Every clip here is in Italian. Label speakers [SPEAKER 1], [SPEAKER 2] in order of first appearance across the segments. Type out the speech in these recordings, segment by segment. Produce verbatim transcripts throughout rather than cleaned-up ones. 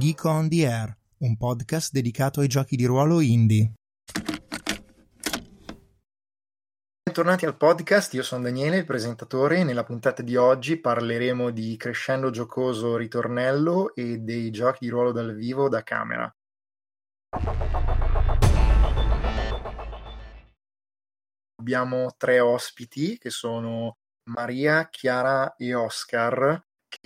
[SPEAKER 1] Geek on the Air, un podcast dedicato ai giochi di ruolo indie. Bentornati al podcast, io sono Daniele, il presentatore, e nella puntata di oggi parleremo di Crescendo Giocoso Ritornello e dei giochi di ruolo dal vivo da camera. Abbiamo tre ospiti che sono Maria, Chiara e Oscar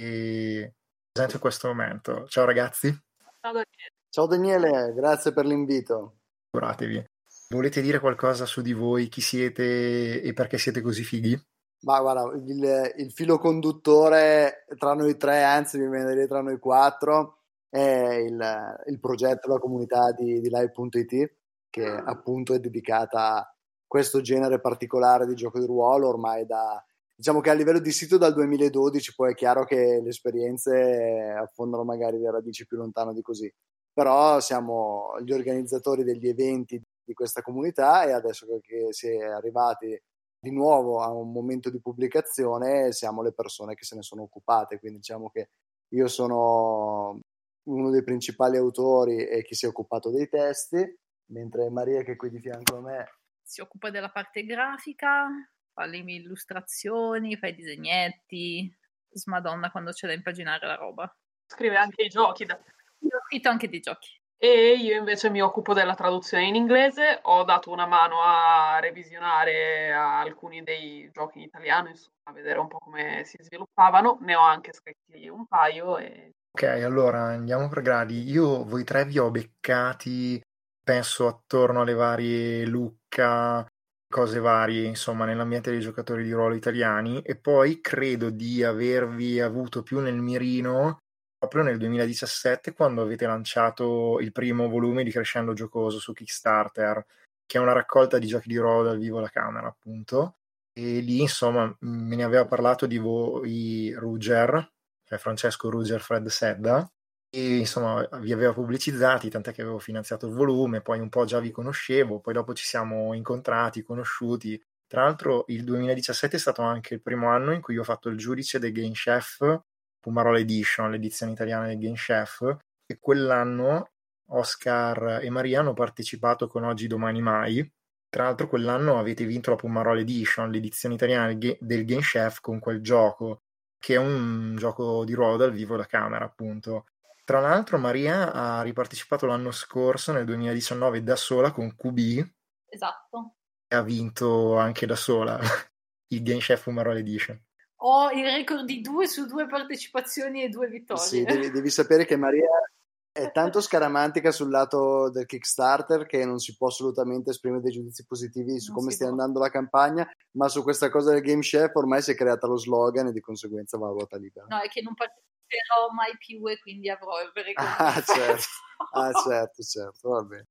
[SPEAKER 1] che presento in questo momento. Ciao ragazzi.
[SPEAKER 2] Ciao Daniele.
[SPEAKER 3] Ciao Daniele, grazie per l'invito.
[SPEAKER 1] Curatevi. Volete dire qualcosa su di voi, chi siete e perché siete così fighi?
[SPEAKER 3] Ma guarda, il, il filo conduttore tra noi tre, anzi mi viene da dire tra noi quattro, è il, il progetto, la comunità di, di live punto it, che appunto è dedicata a questo genere particolare di gioco di ruolo ormai da, diciamo che a livello di sito dal duemiladodici, poi è chiaro che le esperienze affondano magari le radici più lontano di così, però siamo gli organizzatori degli eventi di questa comunità e adesso che si è arrivati di nuovo a un momento di pubblicazione siamo le persone che se ne sono occupate, quindi diciamo che io sono uno dei principali autori e chi si è occupato dei testi, mentre Maria, che è qui di fianco a me,
[SPEAKER 2] si occupa della parte grafica, fa le illustrazioni, fa i disegnetti, smadonna quando c'è da impaginare la roba.
[SPEAKER 4] Scrive anche i giochi. Da...
[SPEAKER 2] Io ho scritto anche dei giochi.
[SPEAKER 4] E io invece mi occupo della traduzione in inglese, ho dato una mano a revisionare alcuni dei giochi in italiano, insomma, a vedere un po' come si sviluppavano, ne ho anche scritti un paio. E...
[SPEAKER 1] Ok, allora andiamo per gradi. Io voi tre vi ho beccati, penso, attorno alle varie Lucca, cose varie, insomma, nell'ambiente dei giocatori di ruolo italiani, e poi credo di avervi avuto più nel mirino proprio nel duemiladiciassette, quando avete lanciato il primo volume di Crescendo Giocoso su Kickstarter, che è una raccolta di giochi di ruolo dal vivo alla camera, appunto. E lì, insomma, me ne aveva parlato di voi Ruger, cioè Francesco Ruger Fred Sedda, e insomma vi aveva pubblicizzati, tant'è che avevo finanziato il volume, poi un po' già vi conoscevo, poi dopo ci siamo incontrati, conosciuti. Tra l'altro il duemiladiciassette è stato anche il primo anno in cui io ho fatto il giudice del Game Chef Pumarola Edition, l'edizione italiana del Game Chef, e quell'anno Oscar e Maria hanno partecipato con Oggi Domani Mai. Tra l'altro quell'anno avete vinto la Pumarola Edition, l'edizione italiana del Game Chef, con quel gioco, che è un gioco di ruolo dal vivo da camera, appunto. Tra l'altro Maria ha ripartecipato l'anno scorso, nel duemiladiciannove, da sola con Q B.
[SPEAKER 2] Esatto.
[SPEAKER 1] E ha vinto anche da sola il Game Chef Pumarola Edition.
[SPEAKER 2] Ho il record di due su due partecipazioni e due vittorie.
[SPEAKER 3] Sì, devi, devi sapere che Maria è tanto scaramantica sul lato del Kickstarter che non si può assolutamente esprimere dei giudizi positivi su
[SPEAKER 2] Non
[SPEAKER 3] come
[SPEAKER 2] si
[SPEAKER 3] stia
[SPEAKER 2] può.
[SPEAKER 3] andando la campagna, ma su questa cosa del Game Chef ormai si è creata lo slogan e di conseguenza va a ruota libera.
[SPEAKER 2] No, è che non parteciperò mai più e quindi avrò il record.
[SPEAKER 3] Ah, certo, ah, certo, certo, va bene.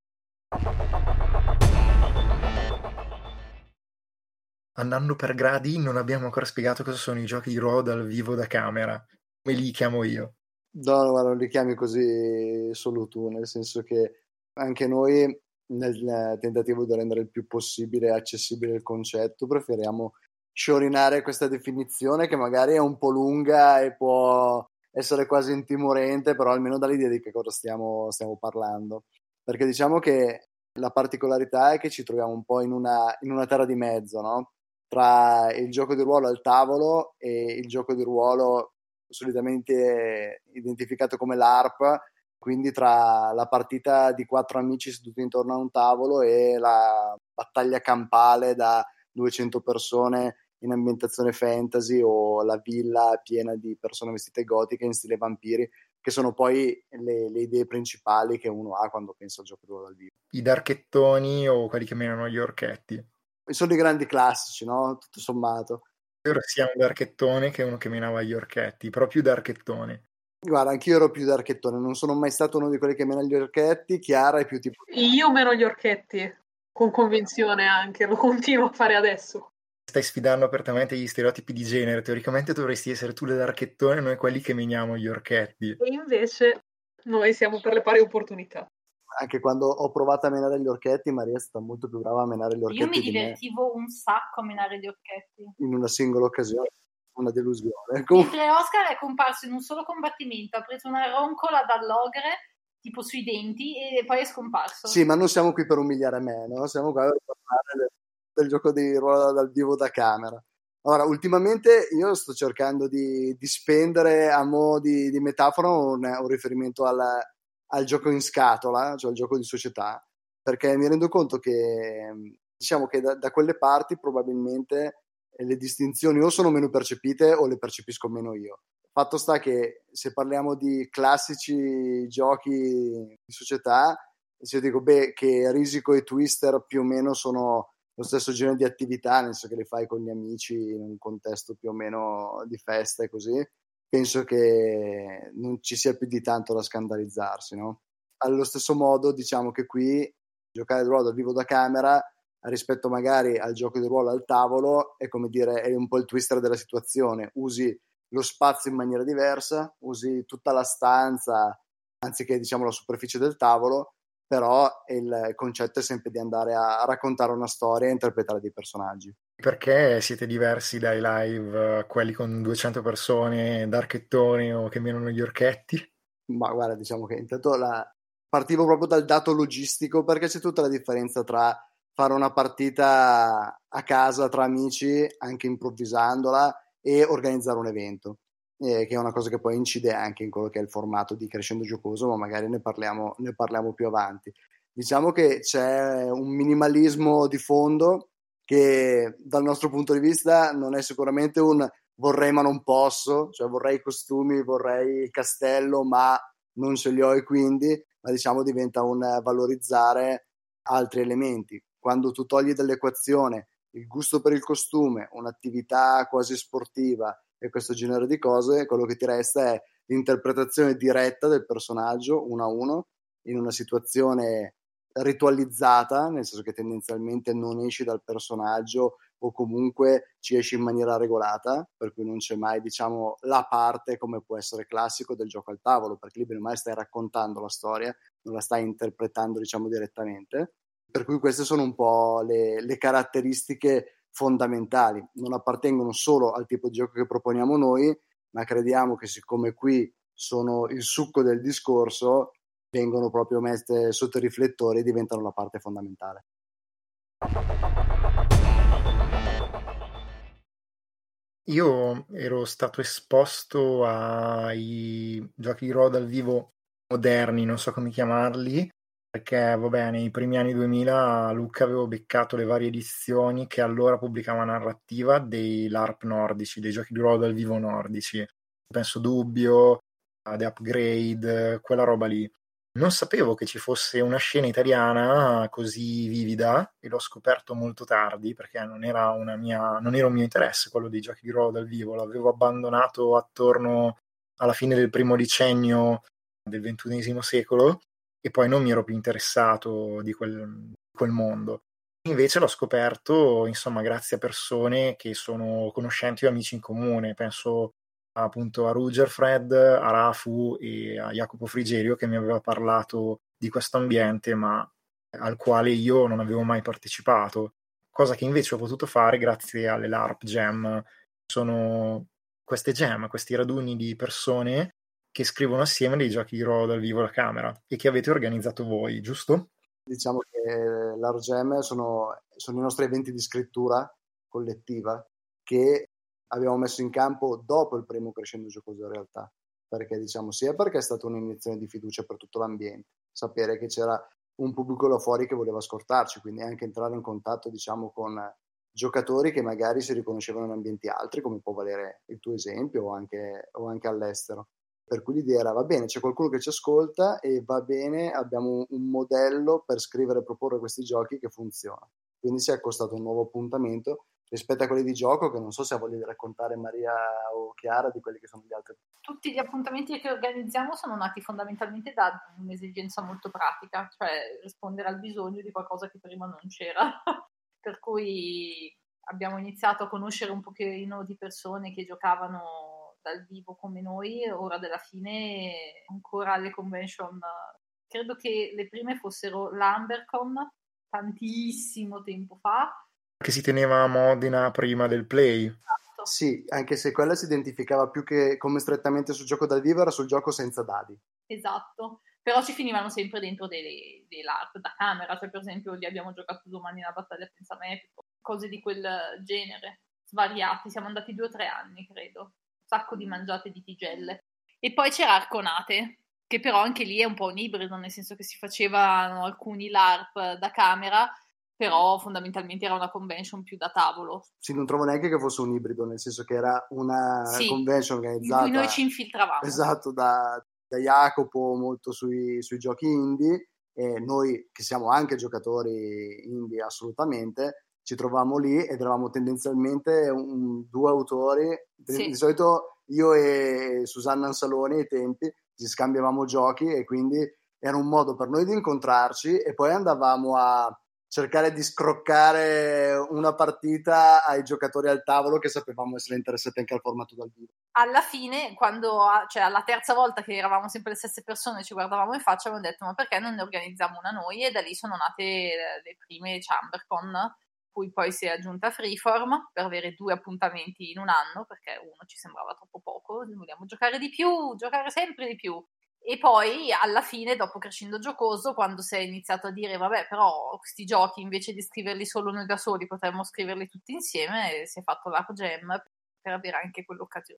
[SPEAKER 1] Andando per gradi, non abbiamo ancora spiegato cosa sono i giochi di ruolo dal vivo da camera. Come li chiamo io?
[SPEAKER 3] No, no, non li chiami così solo tu, nel senso che anche noi, nel tentativo di rendere il più possibile accessibile il concetto, preferiamo sciorinare questa definizione che magari è un po' lunga e può essere quasi intimorente, però almeno dà l'idea di che cosa stiamo, stiamo parlando. Perché diciamo che la particolarità è che ci troviamo un po' in una, in una terra di mezzo, no? Tra il gioco di ruolo al tavolo e il gioco di ruolo solitamente identificato come l'ARP, quindi tra la partita di quattro amici seduti intorno a un tavolo e la battaglia campale da duecento persone in ambientazione fantasy, o la villa piena di persone vestite gotiche in stile vampiri, che sono poi le, le idee principali che uno ha quando pensa al gioco di ruolo dal vivo.
[SPEAKER 1] I darchettoni o quelli che menano gli orchetti?
[SPEAKER 3] Sono i grandi classici, no? Tutto sommato.
[SPEAKER 1] Io sia un darchettone che uno che menava gli orchetti, però più darchettone.
[SPEAKER 3] Guarda, anch'io ero più darchettone, non sono mai stato uno di quelli che mena gli orchetti. Chiara è più tipo...
[SPEAKER 4] Io meno gli orchetti, con convinzione anche, lo continuo a fare adesso.
[SPEAKER 1] Stai sfidando apertamente gli stereotipi di genere, teoricamente dovresti essere tu le darchettone e noi quelli che meniamo gli orchetti.
[SPEAKER 4] E invece noi siamo per le pari opportunità.
[SPEAKER 3] Anche quando ho provato a menare gli orchetti, Maria è stata molto più brava a menare gli orchetti.
[SPEAKER 2] Io mi
[SPEAKER 3] di me
[SPEAKER 2] divertivo un sacco a menare gli orchetti.
[SPEAKER 3] in una singola occasione. una delusione.
[SPEAKER 2] Mentre Oscar è comparso in un solo combattimento, ha preso una roncola dall'ogre tipo sui denti e poi è scomparso.
[SPEAKER 3] Sì, ma non siamo qui per umiliare me, no? Siamo qua per parlare del, del gioco di ruolo dal vivo da camera. Allora, ultimamente io sto cercando di, di spendere a mo' di, di metafora un, un riferimento al, al gioco in scatola, cioè al gioco di società, perché mi rendo conto che diciamo che da, da quelle parti probabilmente le distinzioni o sono meno percepite o le percepisco meno io. Fatto sta che se parliamo di classici giochi di società, se io dico beh, che Risico e Twister più o meno sono lo stesso genere di attività, nel senso che le fai con gli amici in un contesto più o meno di festa e così, penso che non ci sia più di tanto da scandalizzarsi, no? Allo stesso modo diciamo che qui giocare di ruolo dal vivo da camera rispetto magari al gioco di ruolo al tavolo è come dire, è un po' il Twister della situazione, usi lo spazio in maniera diversa, usi tutta la stanza anziché diciamo la superficie del tavolo, però il concetto è sempre di andare a raccontare una storia e interpretare dei personaggi.
[SPEAKER 1] Perché siete diversi dai live, quelli con duecento persone, d'archettoni o che menano gli orchetti?
[SPEAKER 3] Ma guarda, diciamo che intanto la... partivo proprio dal dato logistico, perché c'è tutta la differenza tra fare una partita a casa tra amici, anche improvvisandola, e organizzare un evento, eh, che è una cosa che poi incide anche in quello che è il formato di Crescendo Giocoso, ma magari ne parliamo, ne parliamo più avanti. Diciamo che c'è un minimalismo di fondo che dal nostro punto di vista non è sicuramente un vorrei ma non posso, cioè vorrei i costumi, vorrei il castello ma non ce li ho e quindi, ma diciamo diventa un valorizzare altri elementi. Quando tu togli dall'equazione il gusto per il costume, un'attività quasi sportiva e questo genere di cose, quello che ti resta è l'interpretazione diretta del personaggio uno a uno in una situazione ritualizzata, nel senso che tendenzialmente non esci dal personaggio o comunque ci esci in maniera regolata, per cui non c'è mai diciamo la parte come può essere classico del gioco al tavolo, perché lì bene o male stai raccontando la storia, non la stai interpretando diciamo direttamente, per cui queste sono un po' le, le caratteristiche fondamentali, non appartengono solo al tipo di gioco che proponiamo noi, ma crediamo che siccome qui sono il succo del discorso, vengono proprio messe sotto i riflettori e diventano la parte fondamentale.
[SPEAKER 1] Io ero stato esposto ai giochi di ruolo dal vivo moderni, non so come chiamarli, perché vabbè, nei primi anni duemila a Lucca avevo beccato le varie edizioni che allora pubblicava narrativa dei LARP nordici, dei giochi di ruolo dal vivo nordici. Penso Dubbio, The Upgrade, quella roba lì. Non sapevo che ci fosse una scena italiana così vivida e l'ho scoperto molto tardi perché non era una mia, non era un mio interesse quello dei giochi di ruolo dal vivo, l'avevo abbandonato attorno alla fine del primo decennio del ventunesimo secolo e poi non mi ero più interessato di quel, quel mondo. Invece l'ho scoperto, insomma, grazie a persone che sono conoscenti o amici in comune, penso appunto a Rugerfred, a Rafu e a Jacopo Frigerio che mi aveva parlato di questo ambiente ma al quale io non avevo mai partecipato, cosa che invece ho potuto fare grazie alle LARP Jam. Sono queste jam, questi raduni di persone che scrivono assieme dei giochi di ruolo dal vivo alla camera e che avete organizzato voi, giusto?
[SPEAKER 3] Diciamo che l'Art Jam sono, sono i nostri eventi di scrittura collettiva che abbiamo messo in campo dopo il primo Crescendo Giocoso in realtà, perché diciamo sia perché è stata un'iniezione di fiducia per tutto l'ambiente, sapere che c'era un pubblico là fuori che voleva ascoltarci, quindi anche entrare in contatto diciamo con giocatori che magari si riconoscevano in ambienti altri, come può valere il tuo esempio o anche, o anche all'estero. Per cui l'idea era va bene, c'è qualcuno che ci ascolta e va bene, abbiamo un modello per scrivere e proporre questi giochi che funziona. Quindi si è accostato un nuovo appuntamento rispetto a quelli di gioco che non so se voglio raccontare Maria o Chiara di quelli che sono gli altri.
[SPEAKER 2] Tutti gli appuntamenti che organizziamo sono nati fondamentalmente da un'esigenza molto pratica, cioè rispondere al bisogno di qualcosa che prima non c'era. Per cui abbiamo iniziato a conoscere un pochino di persone che giocavano dal vivo come noi, ora della fine ancora alle convention, credo che le prime fossero l'Ambercon tantissimo tempo fa,
[SPEAKER 1] che si teneva a Modena prima del Play.
[SPEAKER 2] Esatto,
[SPEAKER 3] Sì, anche se quella si identificava più che come strettamente sul gioco dal vivo, era sul gioco senza dadi.
[SPEAKER 2] Esatto, però ci finivano sempre dentro dei, dei LARP da camera, cioè per esempio lì abbiamo giocato domani la battaglia Pensamento, cose di quel genere, svariati, siamo andati due o tre anni credo, un sacco di mangiate di tigelle. E poi c'era Arconate, che però anche lì è un po' un ibrido, nel senso che si facevano alcuni LARP da camera, però fondamentalmente era una convention più da tavolo.
[SPEAKER 3] Sì, non trovo neanche che fosse un ibrido, nel senso che era una
[SPEAKER 2] sì,
[SPEAKER 3] convention organizzata
[SPEAKER 2] in cui noi ci infiltravamo.
[SPEAKER 3] Esatto, da, da Jacopo molto sui, sui giochi indie, e noi che siamo anche giocatori indie assolutamente, ci trovavamo lì ed eravamo tendenzialmente un, due autori, sì. Di solito io e Susanna Ansaloni ai tempi ci scambiavamo giochi e quindi era un modo per noi di incontrarci e poi andavamo a cercare di scroccare una partita ai giocatori al tavolo che sapevamo essere interessati anche al formato dal vivo.
[SPEAKER 2] Alla fine, quando, cioè alla terza volta che eravamo sempre le stesse persone e ci guardavamo in faccia, abbiamo detto ma perché non ne organizziamo una noi? E da lì sono nate le prime ChamberCon, cui poi si è aggiunta Freeform per avere due appuntamenti in un anno, perché uno ci sembrava troppo poco, vogliamo giocare di più, giocare sempre di più. E poi alla fine, dopo Crescendo Giocoso, quando si è iniziato a dire vabbè però questi giochi invece di scriverli solo noi da soli potremmo scriverli tutti insieme, si è fatto l'Arc Jam per avere anche quell'occasione.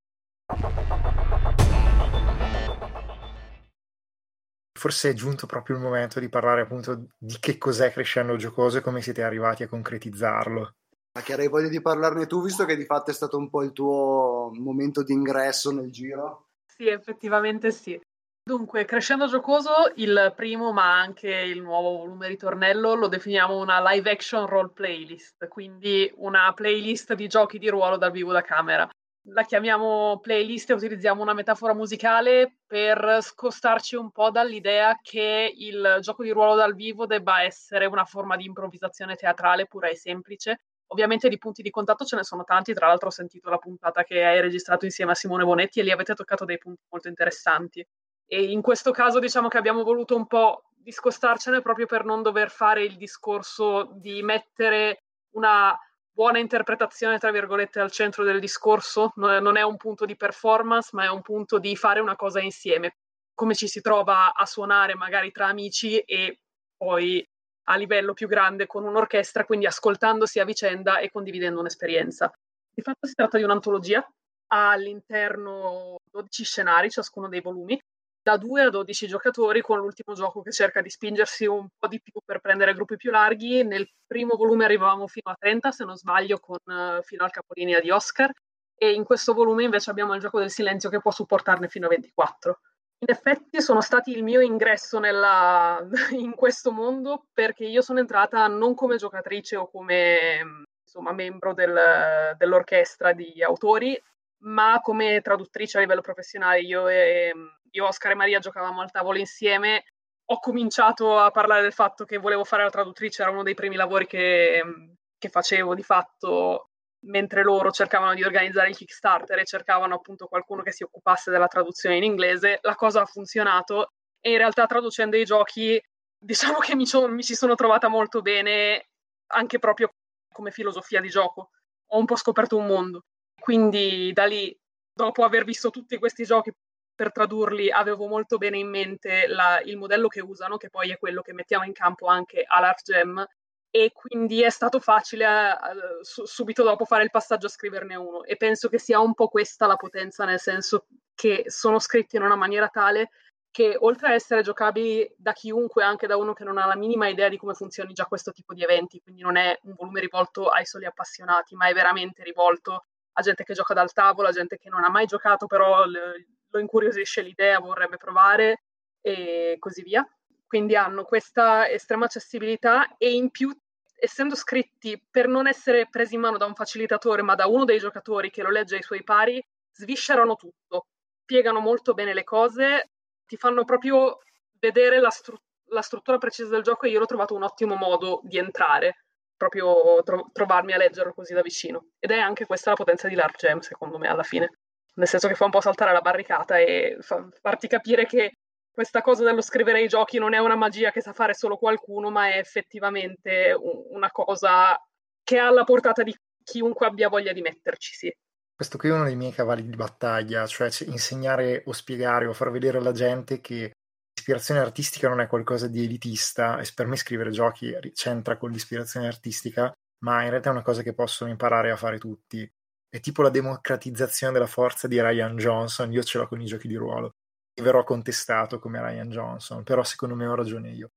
[SPEAKER 1] Forse è giunto proprio il momento di parlare appunto di che cos'è Crescendo Giocoso e come siete arrivati a concretizzarlo.
[SPEAKER 3] Ma che avrei voglia di parlarne tu, visto che di fatto è stato un po' il tuo momento di ingresso nel giro?
[SPEAKER 4] Sì, effettivamente sì. Dunque, Crescendo Giocoso, il primo ma anche il nuovo volume ritornello, lo definiamo una live action role playlist, quindi una playlist di giochi di ruolo dal vivo da camera. La chiamiamo playlist e utilizziamo una metafora musicale per scostarci un po' dall'idea che il gioco di ruolo dal vivo debba essere una forma di improvvisazione teatrale pura e semplice. Ovviamente di punti di contatto ce ne sono tanti, tra l'altro ho sentito la puntata che hai registrato insieme a Simone Bonetti e lì avete toccato dei punti molto interessanti. E in questo caso diciamo che abbiamo voluto un po' discostarcene proprio per non dover fare il discorso di mettere una buona interpretazione, tra virgolette, al centro del discorso. Non è un punto di performance, ma è un punto di fare una cosa insieme. Come ci si trova a suonare magari tra amici e poi a livello più grande con un'orchestra, quindi ascoltandosi a vicenda e condividendo un'esperienza. Di fatto si tratta di un'antologia, ha all'interno dodici scenari, ciascuno dei volumi, da due a dodici giocatori, con l'ultimo gioco che cerca di spingersi un po' di più per prendere gruppi più larghi. Nel primo volume arrivavamo fino a trenta, se non sbaglio, con uh, fino al capolinea di Oscar, e in questo volume invece abbiamo il gioco del silenzio che può supportarne fino a ventiquattro. In effetti sono stati il mio ingresso nella, in questo mondo, perché io sono entrata non come giocatrice o come insomma, membro del, dell'orchestra di autori, ma come traduttrice a livello professionale. Io, e, io, Oscar e Maria giocavamo al tavolo insieme, ho cominciato a parlare del fatto che volevo fare la traduttrice, era uno dei primi lavori che, che facevo di fatto, mentre loro cercavano di organizzare il Kickstarter e cercavano appunto qualcuno che si occupasse della traduzione in inglese. La cosa ha funzionato e in realtà traducendo i giochi diciamo che mi, mi ci sono trovata molto bene, anche proprio come filosofia di gioco. Ho un po' scoperto un mondo. Quindi da lì, dopo aver visto tutti questi giochi per tradurli, avevo molto bene in mente la, il modello che usano, che poi è quello che mettiamo in campo anche all'Arc Jam, e quindi è stato facile uh, su, subito dopo fare il passaggio a scriverne uno, e penso che sia un po' questa la potenza, nel senso che sono scritti in una maniera tale che oltre a essere giocabili da chiunque, anche da uno che non ha la minima idea di come funzioni già questo tipo di eventi, quindi non è un volume rivolto ai soli appassionati, ma è veramente rivolto a gente che gioca dal tavolo, a gente che non ha mai giocato però le, lo incuriosisce l'idea, vorrebbe provare e così via. Quindi hanno questa estrema accessibilità e in più, essendo scritti per non essere presi in mano da un facilitatore ma da uno dei giocatori che lo legge ai suoi pari, sviscerano tutto, spiegano molto bene le cose, ti fanno proprio vedere la, stru- la struttura precisa del gioco, e io l'ho trovato un ottimo modo di entrare, proprio tro- trovarmi a leggerlo così da vicino. Ed è anche questa la potenza di l'Arc Jam, secondo me, alla fine. Nel senso che fa un po' saltare la barricata e fa- farti capire che questa cosa dello scrivere i giochi non è una magia che sa fare solo qualcuno, ma è effettivamente un- una cosa che è alla portata di chiunque abbia voglia di metterci, sì.
[SPEAKER 1] Questo qui è uno dei miei cavalli di battaglia, cioè insegnare o spiegare o far vedere alla gente che l'ispirazione artistica non è qualcosa di elitista, e per me scrivere giochi c'entra con l'ispirazione artistica, ma in realtà è una cosa che possono imparare a fare tutti. È tipo la democratizzazione della forza di Ryan Johnson, io ce l'ho con i giochi di ruolo. E verrò contestato come Ryan Johnson, però secondo me ho ragione io.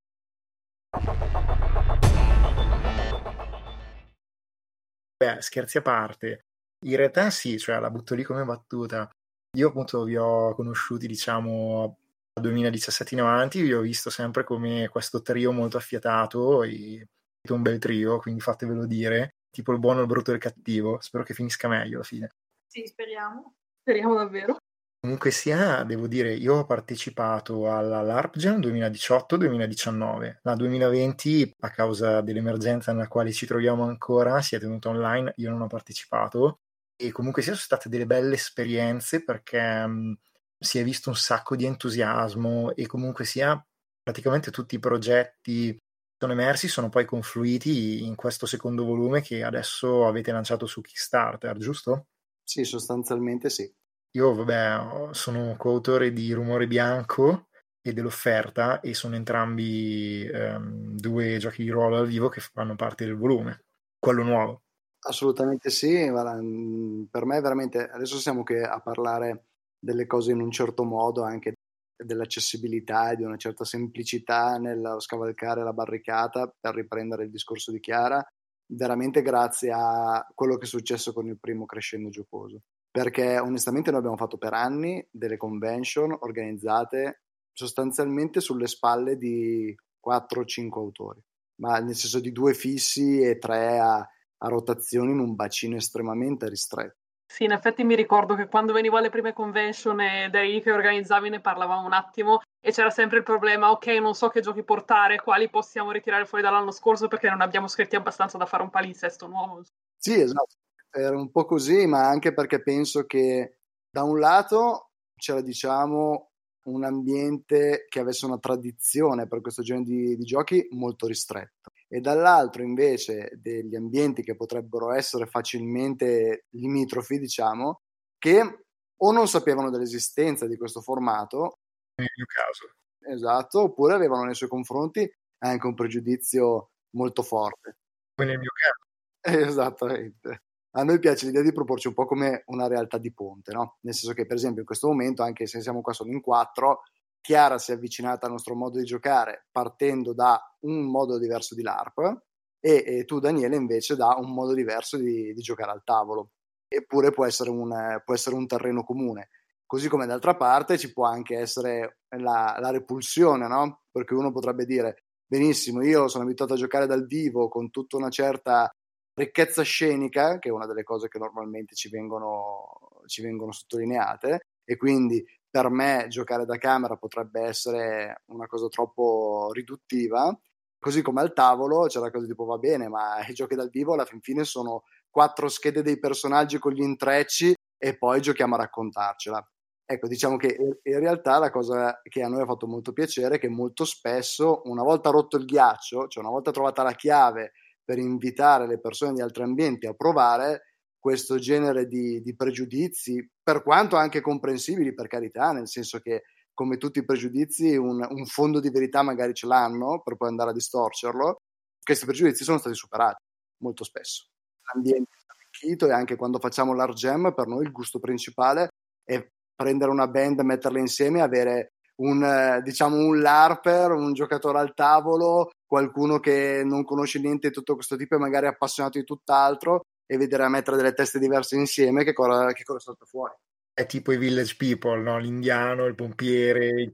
[SPEAKER 1] Beh, scherzi a parte, in realtà sì, cioè la butto lì come battuta. Io appunto vi ho conosciuti, diciamo, dal duemiladiciassette in avanti, vi ho visto sempre come questo trio molto affiatato, e un bel trio, quindi fatevelo dire, tipo il buono, il brutto e il cattivo. Spero che finisca meglio alla fine.
[SPEAKER 2] Sì, speriamo.
[SPEAKER 4] Speriamo davvero.
[SPEAKER 1] Comunque sia, devo dire, io ho partecipato alla LARP Jam duemiladiciotto duemiladiciannove. La duemilaventi, a causa dell'emergenza nella quale ci troviamo ancora, si è tenuta online, io non ho partecipato. E comunque sia, sono state delle belle esperienze, perché mh, si è visto un sacco di entusiasmo, e comunque sia praticamente tutti i progetti sono emersi, sono poi confluiti in questo secondo volume che adesso avete lanciato su Kickstarter, giusto?
[SPEAKER 3] Sì, sostanzialmente sì.
[SPEAKER 1] Io, vabbè, sono coautore di Rumore Bianco e dell'Offerta, e sono entrambi ehm, due giochi di ruolo dal vivo che fanno parte del volume, quello nuovo.
[SPEAKER 3] Assolutamente sì, guarda, per me veramente, adesso siamo che a parlare delle cose in un certo modo, anche dell'accessibilità e di una certa semplicità nello scavalcare la barricata, per riprendere il discorso di Chiara, veramente grazie a quello che è successo con il primo Crescendo Giocoso, perché onestamente noi abbiamo fatto per anni delle convention organizzate sostanzialmente sulle spalle di quattro o cinque autori, ma nel senso di due fissi e tre a, a rotazione in un bacino estremamente ristretto.
[SPEAKER 4] Sì, in effetti mi ricordo che quando venivo alle prime convention ed eri lì che organizzavi, ne parlavamo un attimo, e c'era sempre il problema, ok, non so che giochi portare, quali possiamo ritirare fuori dall'anno scorso perché non abbiamo scritti abbastanza da fare un palinsesto nuovo.
[SPEAKER 3] Sì, esatto, era un po' così, ma anche perché penso che da un lato c'era, diciamo, un ambiente che avesse una tradizione per questo genere di, di giochi molto ristretto, e dall'altro invece degli ambienti che potrebbero essere facilmente limitrofi, diciamo, che o non sapevano dell'esistenza di questo formato,
[SPEAKER 1] nel mio caso,
[SPEAKER 3] esatto, oppure avevano nei suoi confronti anche un pregiudizio molto forte.
[SPEAKER 1] come nel mio caso.
[SPEAKER 3] Esattamente. A noi piace l'idea di proporci un po' come una realtà di ponte, no? Nel senso che, per esempio, in questo momento, anche se siamo qua solo in quattro, Chiara si è avvicinata al nostro modo di giocare partendo da un modo diverso di LARP, e, e tu, Daniele, invece da un modo diverso di, di giocare al tavolo. Eppure può essere, un, può essere un terreno comune. Così come d'altra parte ci può anche essere la, la repulsione, no? Perché uno potrebbe dire, benissimo, io sono abituato a giocare dal vivo con tutta una certa ricchezza scenica, che è una delle cose che normalmente ci vengono, ci vengono sottolineate, e quindi per me giocare da camera potrebbe essere una cosa troppo riduttiva. Così come al tavolo c'è la cosa tipo, va bene, ma i giochi dal vivo alla fin fine sono quattro schede dei personaggi con gli intrecci e poi giochiamo a raccontarcela. Ecco, diciamo che in realtà la cosa che a noi ha fatto molto piacere è che molto spesso, una volta rotto il ghiaccio, cioè una volta trovata la chiave per invitare le persone di altri ambienti a provare, questo genere di, di pregiudizi, per quanto anche comprensibili, per carità, nel senso che come tutti i pregiudizi un, un fondo di verità magari ce l'hanno per poi andare a distorcerlo, questi pregiudizi sono stati superati molto spesso. L'ambiente è arricchito, e anche quando facciamo l'Art Jam per noi il gusto principale è prendere una band, metterla insieme e avere un, diciamo, un LARPer, un giocatore al tavolo, qualcuno che non conosce niente di tutto questo tipo e magari è appassionato di tutt'altro, e vedere a mettere delle teste diverse insieme che cosa, che cosa salta fuori.
[SPEAKER 1] È tipo i Village People, no? L'indiano, il pompiere, il...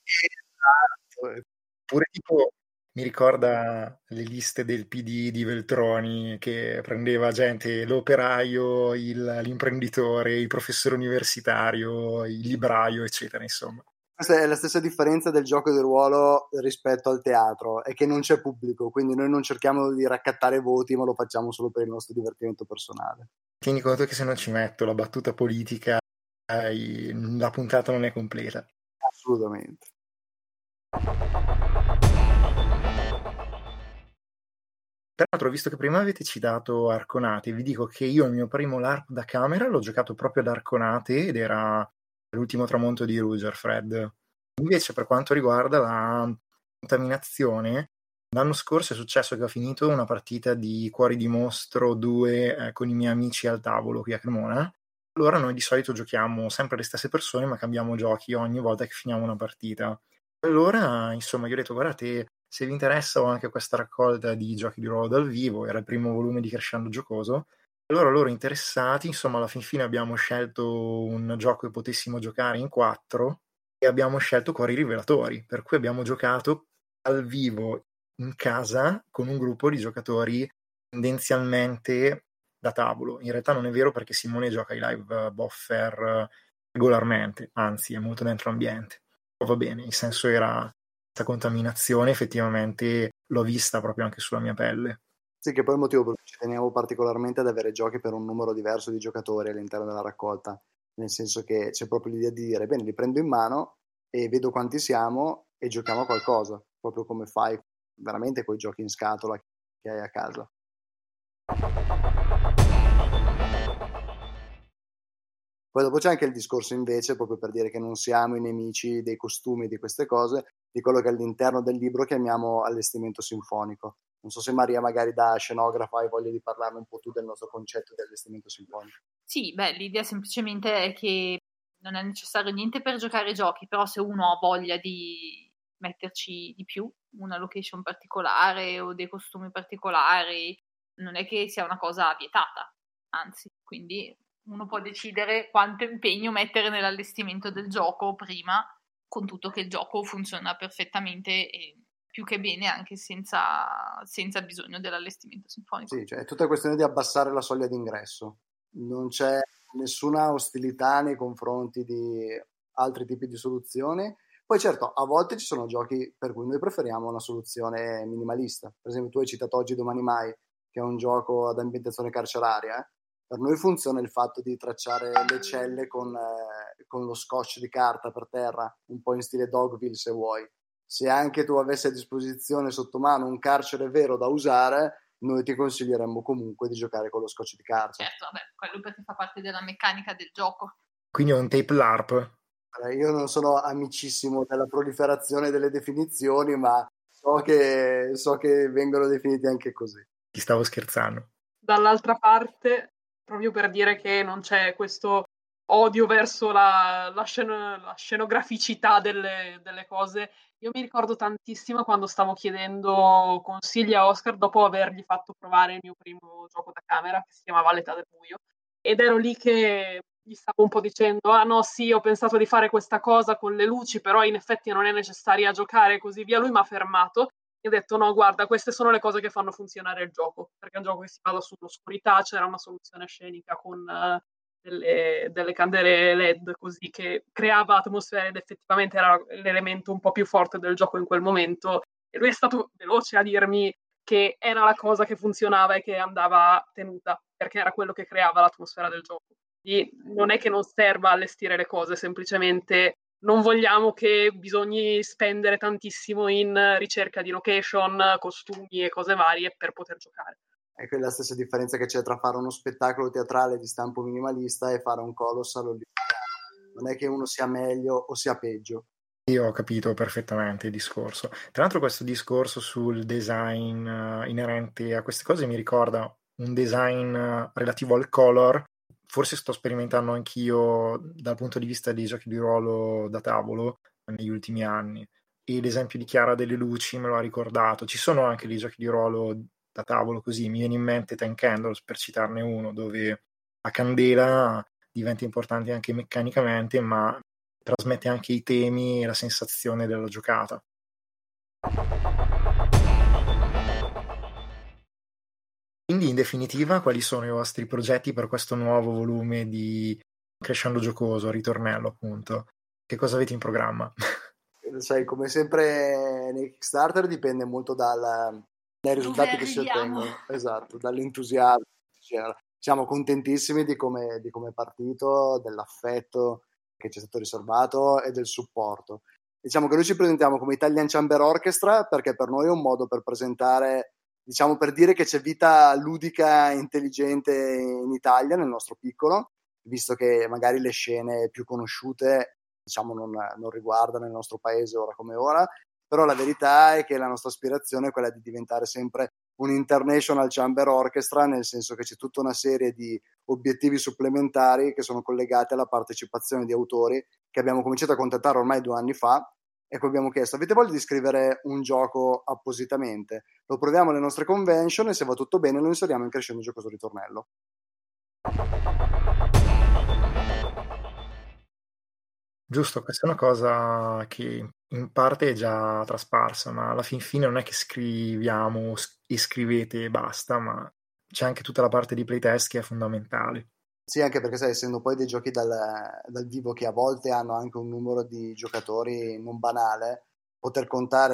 [SPEAKER 3] Esatto.
[SPEAKER 1] Pure tipo mi ricorda le liste del P D di Veltroni, che prendeva gente, l'operaio, il, l'imprenditore, il professore universitario, il libraio, eccetera, insomma.
[SPEAKER 3] Questa è la stessa differenza del gioco di ruolo rispetto al teatro, è che non c'è pubblico, quindi noi non cerchiamo di raccattare voti, ma lo facciamo solo per il nostro divertimento personale.
[SPEAKER 1] Tieni conto che se non ci metto la battuta politica, eh, la puntata non è completa.
[SPEAKER 3] Assolutamente.
[SPEAKER 1] Tra l'altro, visto che prima avete citato Arconate, vi dico che io il mio primo LARP da camera l'ho giocato proprio ad Arconate ed era L'ultimo tramonto di Rugerfred. Invece per quanto riguarda la contaminazione, l'anno scorso è successo che ho finito una partita di Cuori di Mostro due eh, con i miei amici al tavolo qui a Cremona. Allora noi di solito giochiamo sempre le stesse persone, ma cambiamo giochi ogni volta che finiamo una partita. Allora, insomma, io ho detto, guardate, se vi interessa ho anche questa raccolta di giochi di ruolo dal vivo, era il primo volume di Crescendo Giocoso. Allora loro interessati, insomma, alla fin fine abbiamo scelto un gioco che potessimo giocare in quattro e abbiamo scelto Cuori Rivelatori, per cui abbiamo giocato al vivo in casa con un gruppo di giocatori tendenzialmente da tavolo. In realtà non è vero, perché Simone gioca ai live buffer regolarmente, anzi è molto dentro l'ambiente. Va bene, il senso era questa contaminazione, effettivamente l'ho vista proprio anche sulla mia pelle.
[SPEAKER 3] Sì, che poi il motivo per cui ci tenevo particolarmente ad avere giochi per un numero diverso di giocatori all'interno della raccolta, nel senso che c'è proprio l'idea di dire, bene, li prendo in mano e vedo quanti siamo e giochiamo a qualcosa, proprio come fai veramente con i giochi in scatola che hai a casa. Poi dopo c'è anche il discorso invece, proprio per dire che non siamo i nemici dei costumi, di queste cose, di quello che all'interno del libro chiamiamo allestimento sinfonico. Non so se Maria, magari da scenografa, hai voglia di parlarne un po' tu del nostro concetto di allestimento sinfonico.
[SPEAKER 2] Sì, beh, l'idea semplicemente è che non è necessario niente per giocare giochi, però se uno ha voglia di metterci di più, una location particolare o dei costumi particolari, non è che sia una cosa vietata, anzi, quindi uno può decidere quanto impegno mettere nell'allestimento del gioco prima, con tutto che il gioco funziona perfettamente e più che bene anche senza, senza bisogno dell'allestimento sinfonico.
[SPEAKER 3] Sì, cioè è tutta questione di abbassare la soglia d'ingresso. Non c'è nessuna ostilità nei confronti di altri tipi di soluzioni. Poi certo, a volte ci sono giochi per cui noi preferiamo una soluzione minimalista. Per esempio, tu hai citato Oggi Domani Mai, che è un gioco ad ambientazione carceraria. Eh? Per noi funziona il fatto di tracciare le celle con, eh, con lo scotch di carta per terra, un po' in stile Dogville se vuoi. Se anche tu avessi a disposizione sotto mano un carcere vero da usare, noi ti consiglieremmo comunque di giocare con lo scotch di carta.
[SPEAKER 2] Certo, vabbè, quello perché fa parte della meccanica del gioco.
[SPEAKER 1] Quindi è un tape LARP?
[SPEAKER 3] Io non sono amicissimo della proliferazione delle definizioni, ma so che, so che vengono definiti anche così.
[SPEAKER 1] Ti stavo scherzando.
[SPEAKER 4] Dall'altra parte, proprio per dire che non c'è questo odio verso la, la, sceno, la scenograficità delle, delle cose, io mi ricordo tantissimo quando stavo chiedendo consigli a Oscar dopo avergli fatto provare il mio primo gioco da camera, che si chiamava L'età del buio, ed ero lì che gli stavo un po' dicendo, ah no sì, ho pensato di fare questa cosa con le luci, però in effetti non è necessaria giocare e così via. Lui mi ha fermato e ho detto no, guarda, queste sono le cose che fanno funzionare il gioco, perché è un gioco che si basa sull'oscurità, c'era una soluzione scenica con uh, delle, delle candele L E D così che creava atmosfere ed effettivamente era l'elemento un po' più forte del gioco in quel momento, e lui è stato veloce a dirmi che era la cosa che funzionava e che andava tenuta, perché era quello che creava l'atmosfera del gioco. Quindi non è che non serva allestire le cose, semplicemente non vogliamo che bisogni spendere tantissimo in ricerca di location, costumi e cose varie per poter giocare.
[SPEAKER 3] È quella la stessa differenza che c'è tra fare uno spettacolo teatrale di stampo minimalista e fare un colossal olimpiano. Non è che uno sia meglio o sia peggio.
[SPEAKER 1] Io ho capito perfettamente il discorso. Tra l'altro questo discorso sul design uh, inerente a queste cose mi ricorda un design uh, relativo al color. Forse sto sperimentando anch'io dal punto di vista dei giochi di ruolo da tavolo negli ultimi anni. E l'esempio di Chiara delle luci me lo ha ricordato. Ci sono anche dei giochi di ruolo da tavolo così. Mi viene in mente Ten Candles, per citarne uno, dove la candela diventa importante anche meccanicamente, ma trasmette anche i temi e la sensazione della giocata. Quindi, in definitiva, quali sono i vostri progetti per questo nuovo volume di Crescendo Giocoso, ritornello appunto? Che cosa avete in programma?
[SPEAKER 3] Sai, come sempre nei Kickstarter dipende molto dal, dai risultati che si ottengono. Esatto, dall'entusiasmo. Siamo contentissimi di come, di come è partito, dell'affetto che ci è stato riservato e del supporto. Diciamo che noi ci presentiamo come Italian Chamber Orchestra perché per noi è un modo per presentare diciamo per dire che c'è vita ludica intelligente in Italia, nel nostro piccolo, visto che magari le scene più conosciute diciamo non, non riguardano il nostro paese ora come ora, però la verità è che la nostra aspirazione è quella di diventare sempre un international chamber orchestra, nel senso che c'è tutta una serie di obiettivi supplementari che sono collegati alla partecipazione di autori che abbiamo cominciato a contattare ormai due anni fa e cui abbiamo chiesto: avete voglia di scrivere un gioco appositamente? Lo proviamo alle nostre convention e se va tutto bene lo inseriamo in Crescendo Giocoso Ritornello.
[SPEAKER 1] Giusto, questa è una cosa che in parte è già trasparsa, ma alla fin fine non è che scriviamo e scrivete e basta, ma c'è anche tutta la parte di playtest che è fondamentale.
[SPEAKER 3] Sì, anche perché sai, essendo poi dei giochi dal, dal vivo che a volte hanno anche un numero di giocatori non banale, poter contare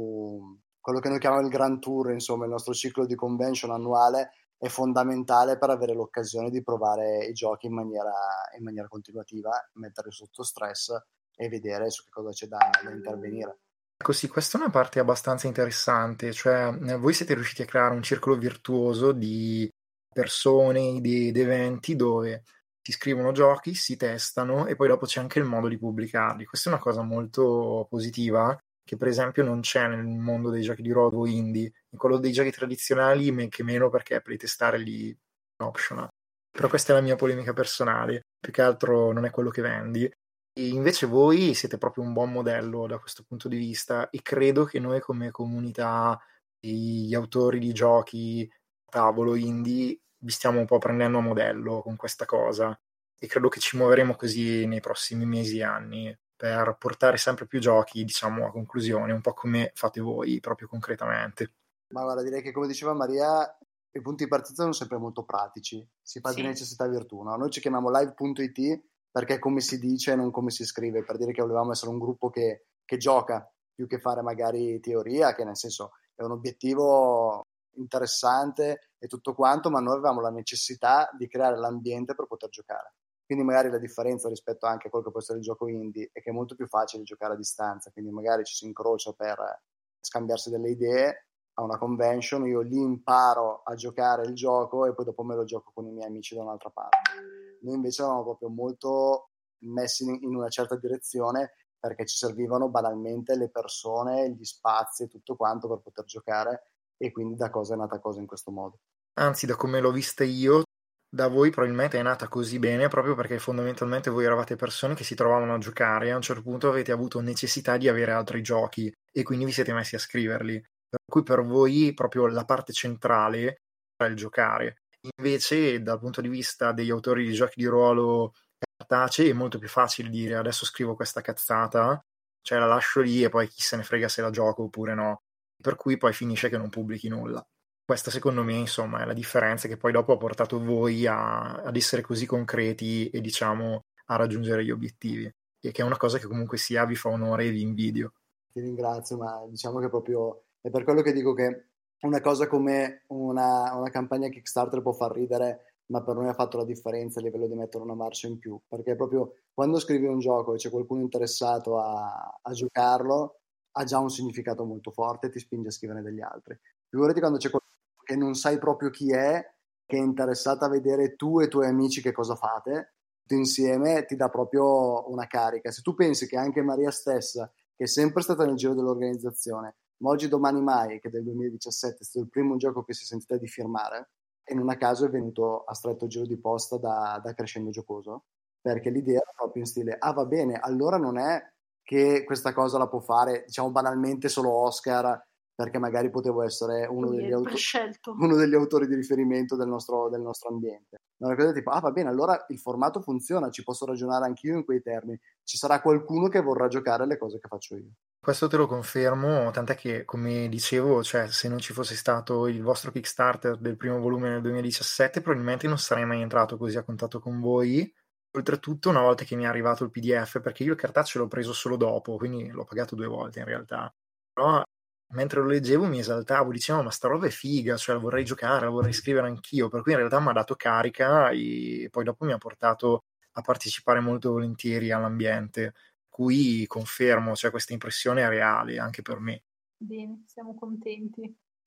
[SPEAKER 3] su quello che noi chiamiamo il Grand Tour, insomma il nostro ciclo di convention annuale, è fondamentale per avere l'occasione di provare i giochi in maniera, in maniera continuativa, metterli sotto stress e vedere su che cosa c'è da, da intervenire.
[SPEAKER 1] Ecco sì, questa è una parte abbastanza interessante, cioè voi siete riusciti a creare un circolo virtuoso di persone, idee ed eventi dove si scrivono giochi, si testano e poi dopo c'è anche il modo di pubblicarli. Questa è una cosa molto positiva che per esempio non c'è nel mondo dei giochi di ruolo indie, in quello dei giochi tradizionali men che meno, perché playtestare lì è optional. Però questa è la mia polemica personale, più che altro non è quello che vendi. E invece voi siete proprio un buon modello da questo punto di vista e credo che noi come comunità di autori di giochi a tavolo indie vi stiamo un po' prendendo a modello con questa cosa e credo che ci muoveremo così nei prossimi mesi e anni per portare sempre più giochi, diciamo, a conclusione, un po' come fate voi proprio concretamente.
[SPEAKER 3] Ma guarda, direi che come diceva Maria, i punti di partenza sono sempre molto pratici, si fa
[SPEAKER 2] Sì.
[SPEAKER 3] di necessità virtù, no? Noi ci chiamiamo live punto it perché è come si dice e non come si scrive, per dire che volevamo essere un gruppo che, che gioca più che fare magari teoria, che nel senso è un obiettivo interessante e tutto quanto, ma noi avevamo la necessità di creare l'ambiente per poter giocare. Quindi magari la differenza rispetto anche a quello che può essere il gioco indie è che è molto più facile giocare a distanza, quindi magari ci si incrocia per scambiarsi delle idee a una convention, io lì imparo a giocare il gioco e poi dopo me lo gioco con i miei amici da un'altra parte. Noi invece eravamo proprio molto messi in una certa direzione perché ci servivano banalmente le persone, gli spazi e tutto quanto per poter giocare e quindi da cosa è nata cosa in questo modo.
[SPEAKER 1] Anzi, da come l'ho vista io, da voi probabilmente è nata così bene proprio perché fondamentalmente voi eravate persone che si trovavano a giocare e a un certo punto avete avuto necessità di avere altri giochi e quindi vi siete messi a scriverli, per cui per voi proprio la parte centrale era il giocare. Invece dal punto di vista degli autori di giochi di ruolo cartacei è molto più facile dire adesso scrivo questa cazzata, cioè la lascio lì e poi chi se ne frega se la gioco oppure no, per cui poi finisce che non pubblichi nulla. Questa secondo me insomma è la differenza che poi dopo ha portato voi a, ad essere così concreti e diciamo a raggiungere gli obiettivi, e che è una cosa che comunque sia vi fa onore e vi invidio.
[SPEAKER 3] Ti ringrazio, ma diciamo che proprio è per quello che dico che una cosa come una, una campagna Kickstarter può far ridere, ma per noi ha fatto la differenza a livello di mettere una marcia in più, perché proprio quando scrivi un gioco e c'è qualcuno interessato a, a giocarlo ha già un significato molto forte e ti spinge a scrivere degli altri. Figurati quando c'è qualcuno che non sai proprio chi è, che è interessata a vedere tu e i tuoi amici che cosa fate, tutti insieme, ti dà proprio una carica. Se tu pensi che anche Maria stessa, che è sempre stata nel giro dell'organizzazione, ma oggi domani mai, che del duemiladiciassette è stato il primo gioco che si è sentita di firmare, e non a caso è venuto a stretto giro di posta da, da Crescendo Giocoso, perché l'idea era proprio in stile, ah va bene, allora non è che questa cosa la può fare, diciamo banalmente, solo Oscar, perché magari potevo essere uno degli, auto- uno degli autori di riferimento del nostro, del nostro ambiente. Ma una cosa tipo, ah va bene, allora il formato funziona, ci posso ragionare anch'io in quei termini, ci sarà qualcuno che vorrà giocare le cose che faccio io.
[SPEAKER 1] Questo te lo confermo, tant'è che, come dicevo, cioè, se non ci fosse stato il vostro Kickstarter del primo volume nel duemiladiciassette, probabilmente non sarei mai entrato così a contatto con voi. Oltretutto, una volta che mi è arrivato il P D F, perché io il cartaceo l'ho preso solo dopo, quindi l'ho pagato due volte in realtà. Però mentre lo leggevo mi esaltavo, dicevo ma sta roba è figa, cioè la vorrei giocare, la vorrei scrivere anch'io, per cui in realtà mi ha dato carica e poi dopo mi ha portato a partecipare molto volentieri all'ambiente, cui confermo, cioè questa impressione è reale anche per me.
[SPEAKER 2] Bene, siamo contenti.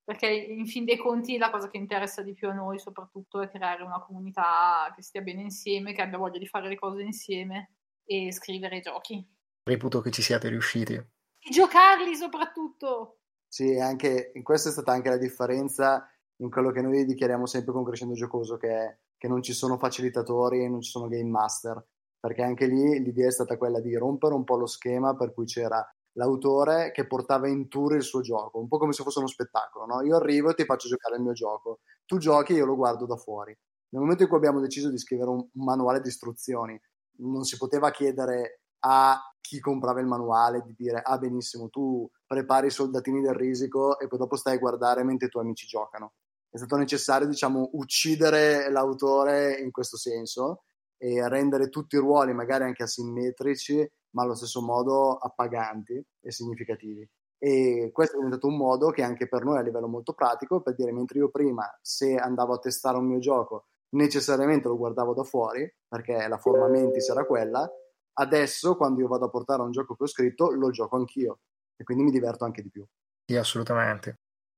[SPEAKER 2] perché in fin dei conti la cosa che interessa di più a noi soprattutto è creare una comunità che stia bene insieme, che abbia voglia di fare le cose insieme e scrivere i giochi.
[SPEAKER 1] Reputo che ci siate riusciti.
[SPEAKER 2] E giocarli soprattutto!
[SPEAKER 3] Sì, anche questa è stata anche la differenza in quello che noi dichiariamo sempre con Crescendo Giocoso, che è che non ci sono facilitatori, non ci sono game master, perché anche lì l'idea è stata quella di rompere un po' lo schema per cui c'era l'autore che portava in tour il suo gioco, un po' come se fosse uno spettacolo, no? Io arrivo e ti faccio giocare il mio gioco, tu giochi e io lo guardo da fuori. Nel momento in cui abbiamo deciso di scrivere un, un manuale di istruzioni, non si poteva chiedere a chi comprava il manuale di dire ah benissimo, tu prepari i soldatini del risico e poi dopo stai a guardare mentre i tuoi amici giocano. È stato necessario, diciamo, uccidere l'autore in questo senso e rendere tutti i ruoli magari anche asimmetrici, ma allo stesso modo appaganti e significativi. E questo è diventato un modo che anche per noi a livello molto pratico, per dire, mentre io prima, se andavo a testare un mio gioco, necessariamente lo guardavo da fuori, perché la forma mentis era quella, adesso quando io vado a portare un gioco che ho scritto, lo gioco anch'io e quindi mi diverto anche di più.
[SPEAKER 1] Sì, assolutamente.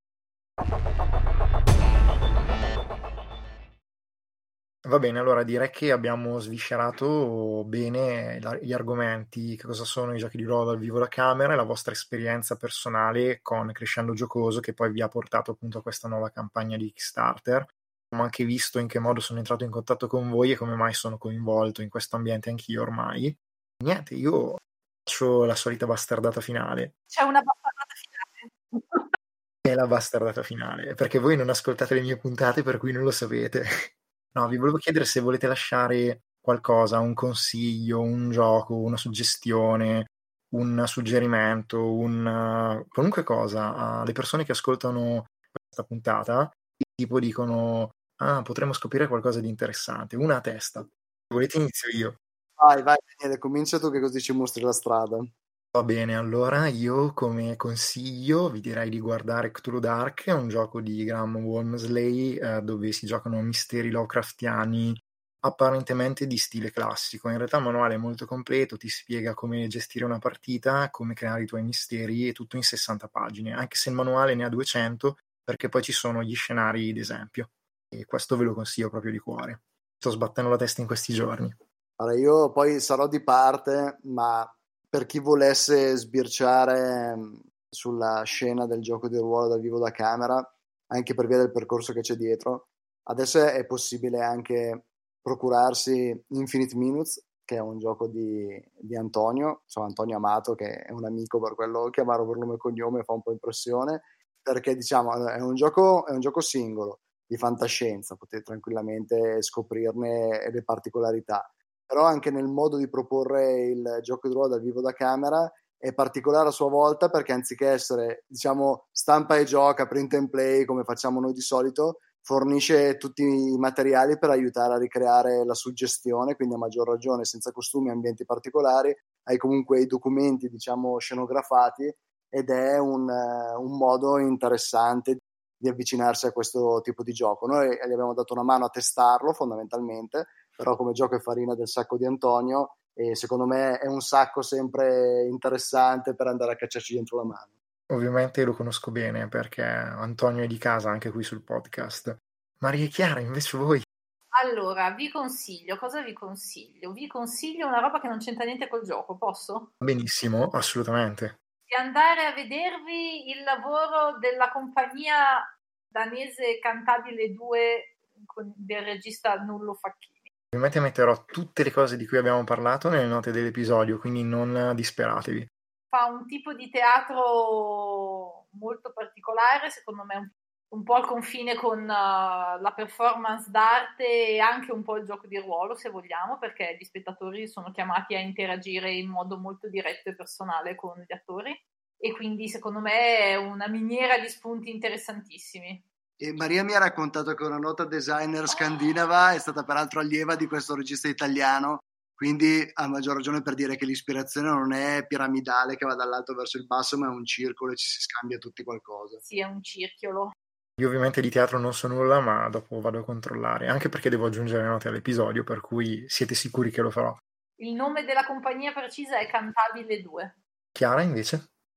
[SPEAKER 1] Va bene, allora direi che abbiamo sviscerato bene la- gli argomenti, che cosa sono i giochi di ruolo dal vivo da camera e la vostra esperienza personale con Crescendo Giocoso che poi vi ha portato appunto a questa nuova campagna di Kickstarter. Abbiamo anche visto in che modo sono entrato in contatto con voi e come mai sono coinvolto in questo ambiente anch'io ormai. Niente, io faccio la solita bastardata finale.
[SPEAKER 2] C'è una bastardata finale.
[SPEAKER 1] È la bastardata finale, perché voi non ascoltate le mie puntate per cui non lo sapete. No, vi volevo chiedere se volete lasciare qualcosa, un consiglio, un gioco, una suggestione, un suggerimento, un uh, qualunque cosa alle persone che ascoltano questa puntata, tipo dicono ah, potremmo scoprire qualcosa di interessante, una a testa. Volete inizio io?
[SPEAKER 3] Vai, vai Daniele, comincia tu che così ci mostri la strada.
[SPEAKER 1] Va bene, allora io come consiglio vi direi di guardare Cthulhu Dark, è un gioco di Graham Walmsley eh, dove si giocano misteri Lovecraftiani apparentemente di stile classico. In realtà il manuale è molto completo, ti spiega come gestire una partita, come creare i tuoi misteri e tutto in sessanta pagine, anche se il manuale ne ha duecento perché poi ci sono gli scenari d'esempio. E questo ve lo consiglio proprio di cuore. Sto sbattendo la testa in questi giorni.
[SPEAKER 3] Allora, io poi sarò di parte, ma per chi volesse sbirciare sulla scena del gioco di ruolo dal vivo da camera, anche per via del percorso che c'è dietro, adesso è possibile anche procurarsi Infinite Minutes, che è un gioco di, di Antonio, insomma Antonio Amato, che è un amico, per quello chiamarlo per nome e cognome fa un po' impressione, perché diciamo è un gioco, è un gioco singolo di fantascienza, potete tranquillamente scoprirne le particolarità. Però anche nel modo di proporre il gioco di ruolo dal vivo da camera è particolare a sua volta, perché anziché essere, diciamo, stampa e gioca, print and play come facciamo noi di solito, fornisce tutti i materiali per aiutare a ricreare la suggestione, quindi a maggior ragione senza costumi e ambienti particolari, hai comunque i documenti, diciamo, scenografati, ed è un, un modo interessante di avvicinarsi a questo tipo di gioco. Noi gli abbiamo dato una mano a testarlo fondamentalmente, però come gioco è farina del sacco di Antonio e secondo me è un sacco sempre interessante per andare a cacciarci dentro la mano.
[SPEAKER 1] Ovviamente lo conosco bene perché Antonio è di casa anche qui sul podcast. Maria Chiara, invece voi?
[SPEAKER 2] Allora, vi consiglio, cosa vi consiglio? Vi consiglio una roba che non c'entra niente col gioco, posso?
[SPEAKER 1] Benissimo, assolutamente.
[SPEAKER 2] Di andare a vedervi il lavoro della compagnia danese Cantabile due con, del regista Nullo Facchini.
[SPEAKER 1] Ovviamente metterò tutte le cose di cui abbiamo parlato nelle note dell'episodio, quindi non disperatevi.
[SPEAKER 2] Fa un tipo di teatro molto particolare, secondo me un, un po' al confine con uh, la performance d'arte e anche un po' il gioco di ruolo, se vogliamo, perché gli spettatori sono chiamati a interagire in modo molto diretto e personale con gli attori, e quindi secondo me è una miniera di spunti interessantissimi.
[SPEAKER 3] E Maria mi ha raccontato che una nota designer scandinava è stata peraltro allieva di questo regista italiano, quindi a maggior ragione per dire che l'ispirazione non è piramidale che va dall'alto verso il basso, ma è un circolo e ci si scambia tutti qualcosa.
[SPEAKER 2] Sì, è un circhiolo.
[SPEAKER 1] Io ovviamente di teatro non so nulla, ma dopo vado a controllare, anche perché devo aggiungere note all'episodio, per cui siete sicuri che lo farò.
[SPEAKER 2] Il nome della compagnia precisa è Cantabile due.
[SPEAKER 1] Chiara, invece?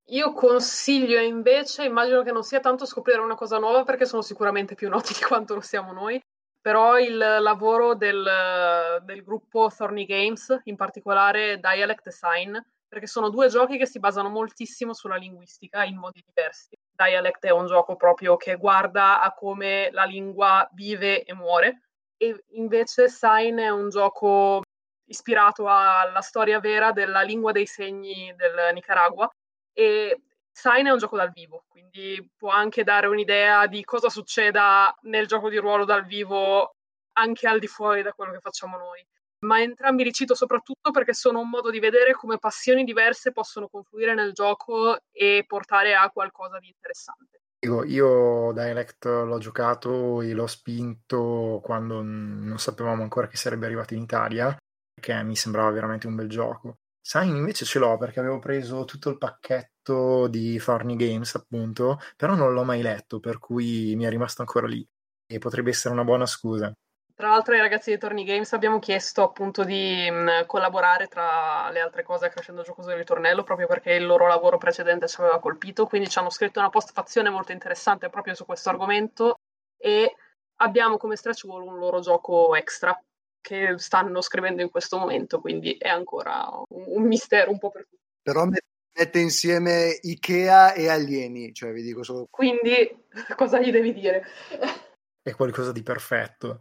[SPEAKER 4] Io consiglio invece, immagino che non sia tanto scoprire una cosa nuova perché sono sicuramente più noti di quanto lo siamo noi, però il lavoro del, del gruppo Thorny Games, in particolare Dialect e Sign, perché sono due giochi che si basano moltissimo sulla linguistica in modi diversi. Dialect è un gioco proprio che guarda a come la lingua vive e muore, e invece Sign è un gioco ispirato alla storia vera della lingua dei segni del Nicaragua, e Sign è un gioco dal vivo, quindi può anche dare un'idea di cosa succeda nel gioco di ruolo dal vivo anche al di fuori da quello che facciamo noi. Ma entrambi li cito soprattutto perché sono un modo di vedere come passioni diverse possono confluire nel gioco e portare a qualcosa di interessante.
[SPEAKER 1] Io Dialect l'ho giocato e l'ho spinto quando non sapevamo ancora che sarebbe arrivato in Italia, perché mi sembrava veramente un bel gioco. Sign invece ce l'ho perché avevo preso tutto il pacchetto di Thorny Games, appunto, però non l'ho mai letto, per cui mi è rimasto ancora lì e potrebbe essere una buona scusa.
[SPEAKER 4] Tra l'altro ai ragazzi di Thorny Games abbiamo chiesto appunto di mh, collaborare tra le altre cose a Crescendo Giocoso del Ritornello, proprio perché il loro lavoro precedente ci aveva colpito, quindi ci hanno scritto una postfazione molto interessante proprio su questo argomento, e abbiamo come stretch goal un loro gioco extra che stanno scrivendo in questo momento, quindi è ancora un, un mistero un po' per tutti.
[SPEAKER 3] Però mette insieme Ikea e alieni, cioè vi dico solo...
[SPEAKER 4] Quindi cosa gli devi dire?
[SPEAKER 1] È qualcosa di perfetto.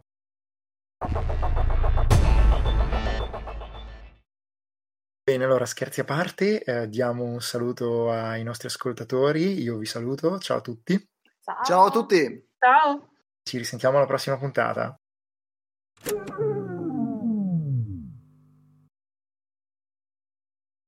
[SPEAKER 1] Bene, allora scherzi a parte, eh, diamo un saluto ai nostri ascoltatori, io vi saluto, ciao a tutti.
[SPEAKER 2] Ciao,
[SPEAKER 3] Ciao a tutti!
[SPEAKER 4] Ciao!
[SPEAKER 1] Ci risentiamo alla prossima puntata.